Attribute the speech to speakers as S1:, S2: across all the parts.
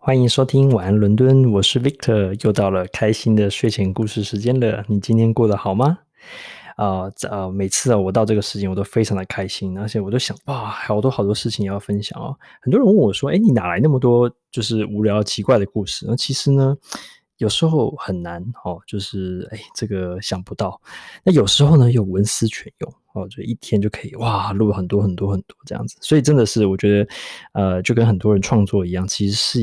S1: 欢迎收听晚安伦敦，我是 Victor，又到了开心的睡前故事时间了。你今天过得好吗？每次我到这个时间我都非常的开心，而且我都想哇，好多好多事情要分享哦。很多人问我说，你哪来那么多就是无聊奇怪的故事？那其实呢，有时候很难哦，就是这个想不到。那有时候呢，又文思泉涌哦，就一天就可以哇录很多很多很多这样子。所以真的是我觉得，就跟很多人创作一样，其实是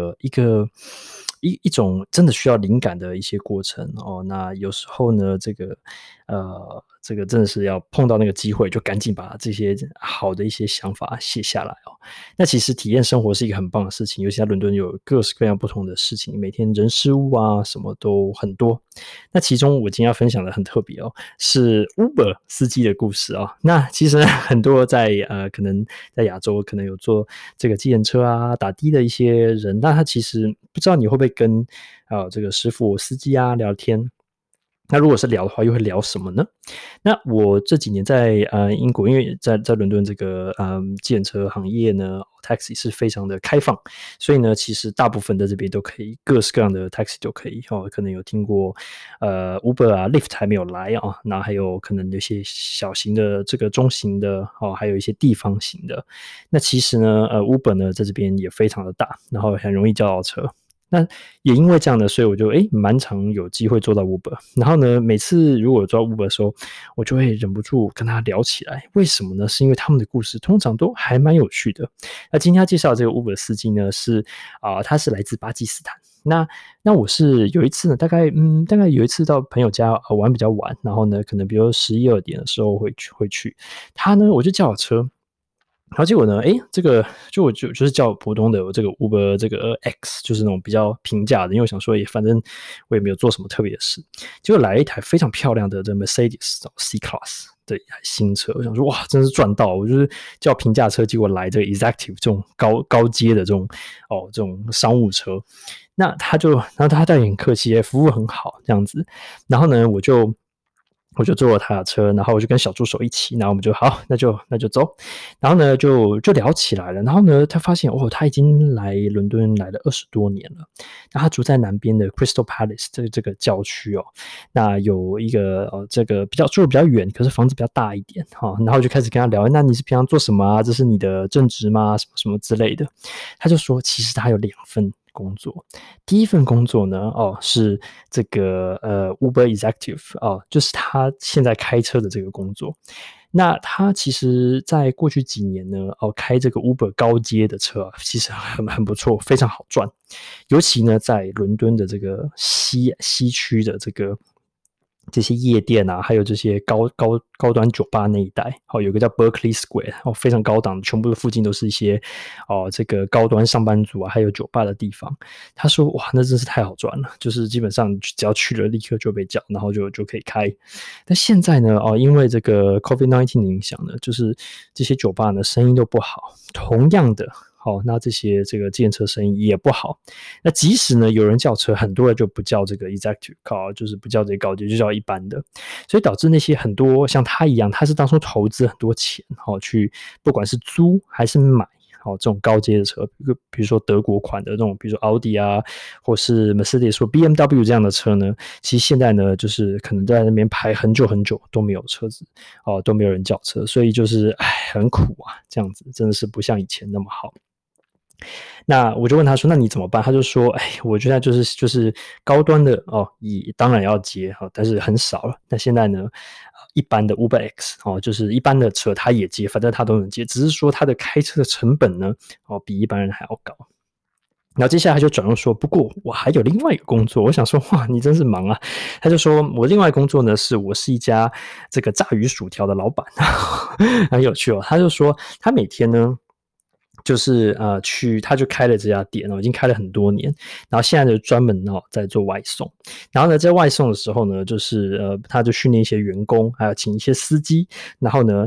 S1: 一种真的需要灵感的一些过程哦。那有时候呢，这个真的是要碰到那个机会，就赶紧把这些好的一些想法写下来哦。那其实体验生活是一个很棒的事情，尤其在伦敦有各式各样不同的事情，每天人事物啊什么都很多。那其中我今天要分享的很特别哦，是 Uber 司机的故事哦。那其实很多可能在亚洲可能有做这个计程车啊、打的的一些人，那他其实不知道你会不会跟这个师傅司机啊聊天。那如果是聊的话，又会聊什么呢？那我这几年在英国，因为在伦敦这个计程车行业呢，taxi 是非常的开放，所以呢，其实大部分在这边都可以，各式各样的 taxi 都可以哦。可能有听过Uber 啊，Lyft 还没有来啊，那还有可能有些小型的、这个中型的哦，还有一些地方型的。那其实呢，Uber 呢在这边也非常的大，然后很容易叫到车。那也因为这样的，所以我就蛮常有机会做到 Uber。然后呢，每次如果做到 Uber 的时候，我就会忍不住跟他聊起来。为什么呢？是因为他们的故事通常都还蛮有趣的。那今天要介绍这个 Uber 司机呢，他是来自巴基斯坦。那我是有一次呢，大概有一次到朋友家玩比较晚，然后呢，可能比如11、2点的时候会去。他呢，我就叫了车。然后结果呢，这个就是叫普通的这个 Uber 这个 X， 就是那种比较平价的，因为我想说，反正我也没有做什么特别的事。结果来了一台非常漂亮的这 Mercedes C Class 的一台新车，我想说哇，真是赚到！我就是叫平价车，结果来这个 Executive 这种高阶的这种商务车。那然后他倒也很客气，服务很好这样子。然后呢，我就坐了他的车，然后我就跟小助手一起，然后我们就好，那就走。然后呢，就聊起来了。然后呢，他发现他已经来伦敦来了20多年了。那他住在南边的 Crystal Palace 这个郊区哦。那有一个这个住的比较远，可是房子比较大一点哈。然后就开始跟他聊，那你是平常做什么啊？这是你的正职吗？什么什么之类的。他就说，其实他有2份工作。第一份工作呢，是这个Uber Executive 就是他现在开车的这个工作。那他其实在过去几年呢，开这个 Uber 高阶的车其实很不错，非常好赚。尤其呢，在伦敦的这个西区的这些夜店啊，还有这些高端酒吧那一带，有一个叫 Berkeley Square，非常高档，全部的附近都是一些这个高端上班族啊，还有酒吧的地方。他说哇，那真是太好赚了，就是基本上只要去了，立刻就被叫，然后就可以开。但现在呢，因为这个 COVID-19 的影响呢，就是这些酒吧呢生意都不好，同样的。那这个计程车生意也不好。那即使呢有人叫车，很多人就不叫这个 executive car， 就是不叫这个高阶，就叫一般的。所以导致那些很多像他一样，他是当初投资很多钱，去不管是租还是买。这种高阶的车，比如说德国款的这种，比如说奥迪啊，或是 Mercedes 或 BMW 这样的车呢，其实现在呢，就是可能在那边排很久很久都没有车子，都没有人叫车，所以就是很苦啊，这样子真的是不像以前那么好。那我就问他说：“那你怎么办？”他就说：“我觉得就是高端的当然要接但是很少了。那现在呢，一般的 Uber X 就是一般的车他也接，反正他都能接，只是说他的开车的成本呢比一般人还要高。”然后接下来他就转入说：“不过我还有另外一个工作。”我想说：“哇，你真是忙啊！”他就说：“我另外工作呢，我是一家这个炸鱼薯条的老板。”很有趣哦。他就说他每天呢。就是他就开了这家店已经开了很多年，然后现在就专门在做外送。然后呢，在外送的时候呢，就是他就训练一些员工，还有请一些司机，然后呢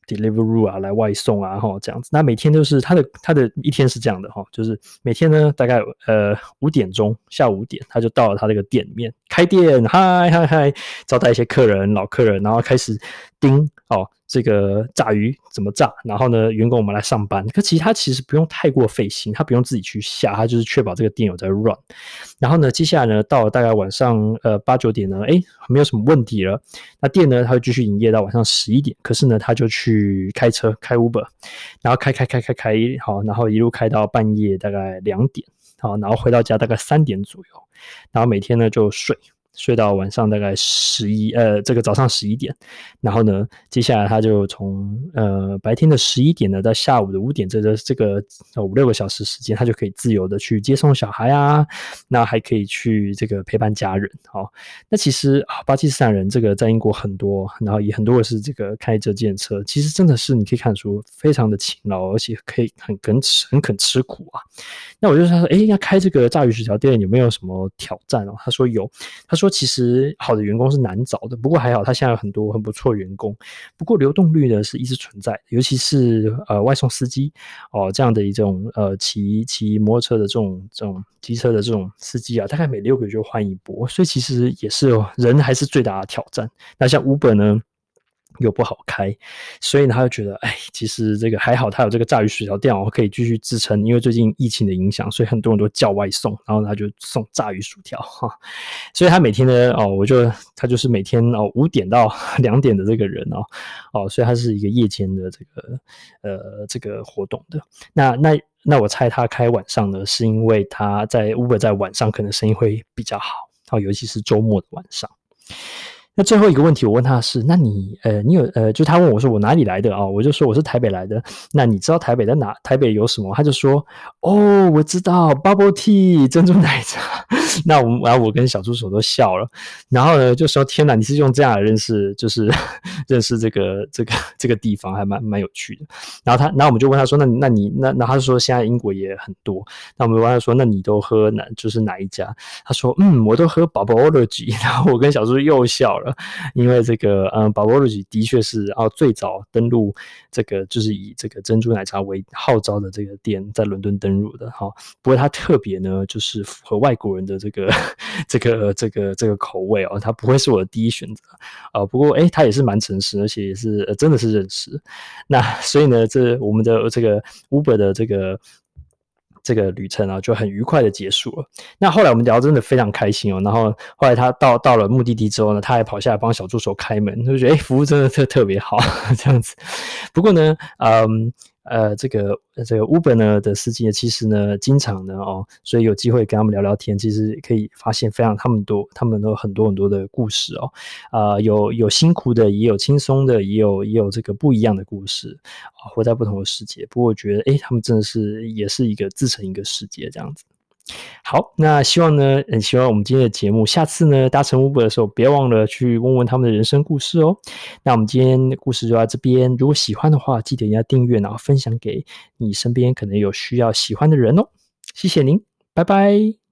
S1: Deliveroo 啊来外送啊这样子。那每天都是他的一天是这样的就是每天呢大概5点钟，下午5点他就到了他那个店里面开店，嗨嗨嗨，招待一些客人老客人，然后开始盯这个炸鱼怎么炸，然后呢员工我们来上班。可其实不用太过费心，他不用自己去下，他就是确保这个店有在 run。然后呢接下来呢到了大概晚上8、9点呢没有什么问题了，那店呢他会继续营业到晚上11点，可是呢他就去开车开 Uber， 然后开好，然后一路开到半夜大概2点，好，然后回到家大概3点左右，然后每天呢就睡到晚上大概这个早上11点，然后呢接下来他就从白天的11点呢到下午的5点，这个5-6个小时时间，他就可以自由的去接送小孩啊，那还可以去这个陪伴家人。那其实巴基斯坦人这个在英国很多，然后也很多的是这个开这计程车，其实真的是你可以看出非常的勤劳，而且可以很肯吃苦啊。那我就说要开这个炸鱼薯条店有没有什么挑战他说有，他说其实好的员工是难找的，不过还好他现在有很多很不错的员工，不过流动率呢是一直存在的，尤其是外送司机这样的一种骑摩托车的这种机车的这种司机啊，大概每6个月就换一波，所以其实也是人还是最大的挑战。那像 Uber 呢又不好开，所以呢他就觉得其实这个还好他有这个炸鱼薯条店可以继续支撑，因为最近疫情的影响，所以很多人都叫外送，然后他就送炸鱼薯条所以他每天呢他就是每天5点到2点的这个人所以他是一个夜间的这个活动的。那我猜他开晚上呢是因为他在 Uber 在晚上可能生意会比较好尤其是周末的晚上。那最后一个问题我问他是，那你有就他问我说我哪里来的我就说我是台北来的，那你知道台北在哪？台北有什么？他就说我知道 Bubble Tea 珍珠奶茶。然后我跟小助手都笑了，然后呢就说天哪，你是用这样来认识，就是认识这个地方，还蛮有趣的。然后我们就问他说，那他就说现在英国也很多，那我们问他说，那你都喝就是哪一家？他说我都喝 Bubbleology。然后我跟小助又笑了，因为这个Bubbleology 的确是最早登陆这个就是以这个珍珠奶茶为号召的这个店在伦敦登陆的不过它特别呢就是符合外国人的这个口味它不会是我的第一选择不过它也是蛮诚实，而且也是真的是认识。那所以呢我们的这个 Uber 的这个旅程就很愉快的结束了。那后来我们聊真的非常开心然后后来他到了目的地之后呢，他还跑下来帮小助手开门，就觉得服务真的特别好这样子。不过呢这个 Uber 呢的司机呢，其实呢经常呢所以有机会跟他们聊聊天，其实可以发现他们都有很多的故事有辛苦的，也有轻松的，也有这个不一样的故事活在不同的世界。不过我觉得他们真的也是一个自成一个世界这样子。好，那希望呢很喜欢我们今天的节目，下次呢搭乘 Uber 的时候别忘了去问问他们的人生故事那我们今天的故事就到这边，如果喜欢的话记得要订阅，然后分享给你身边可能有需要喜欢的人谢谢您，拜拜。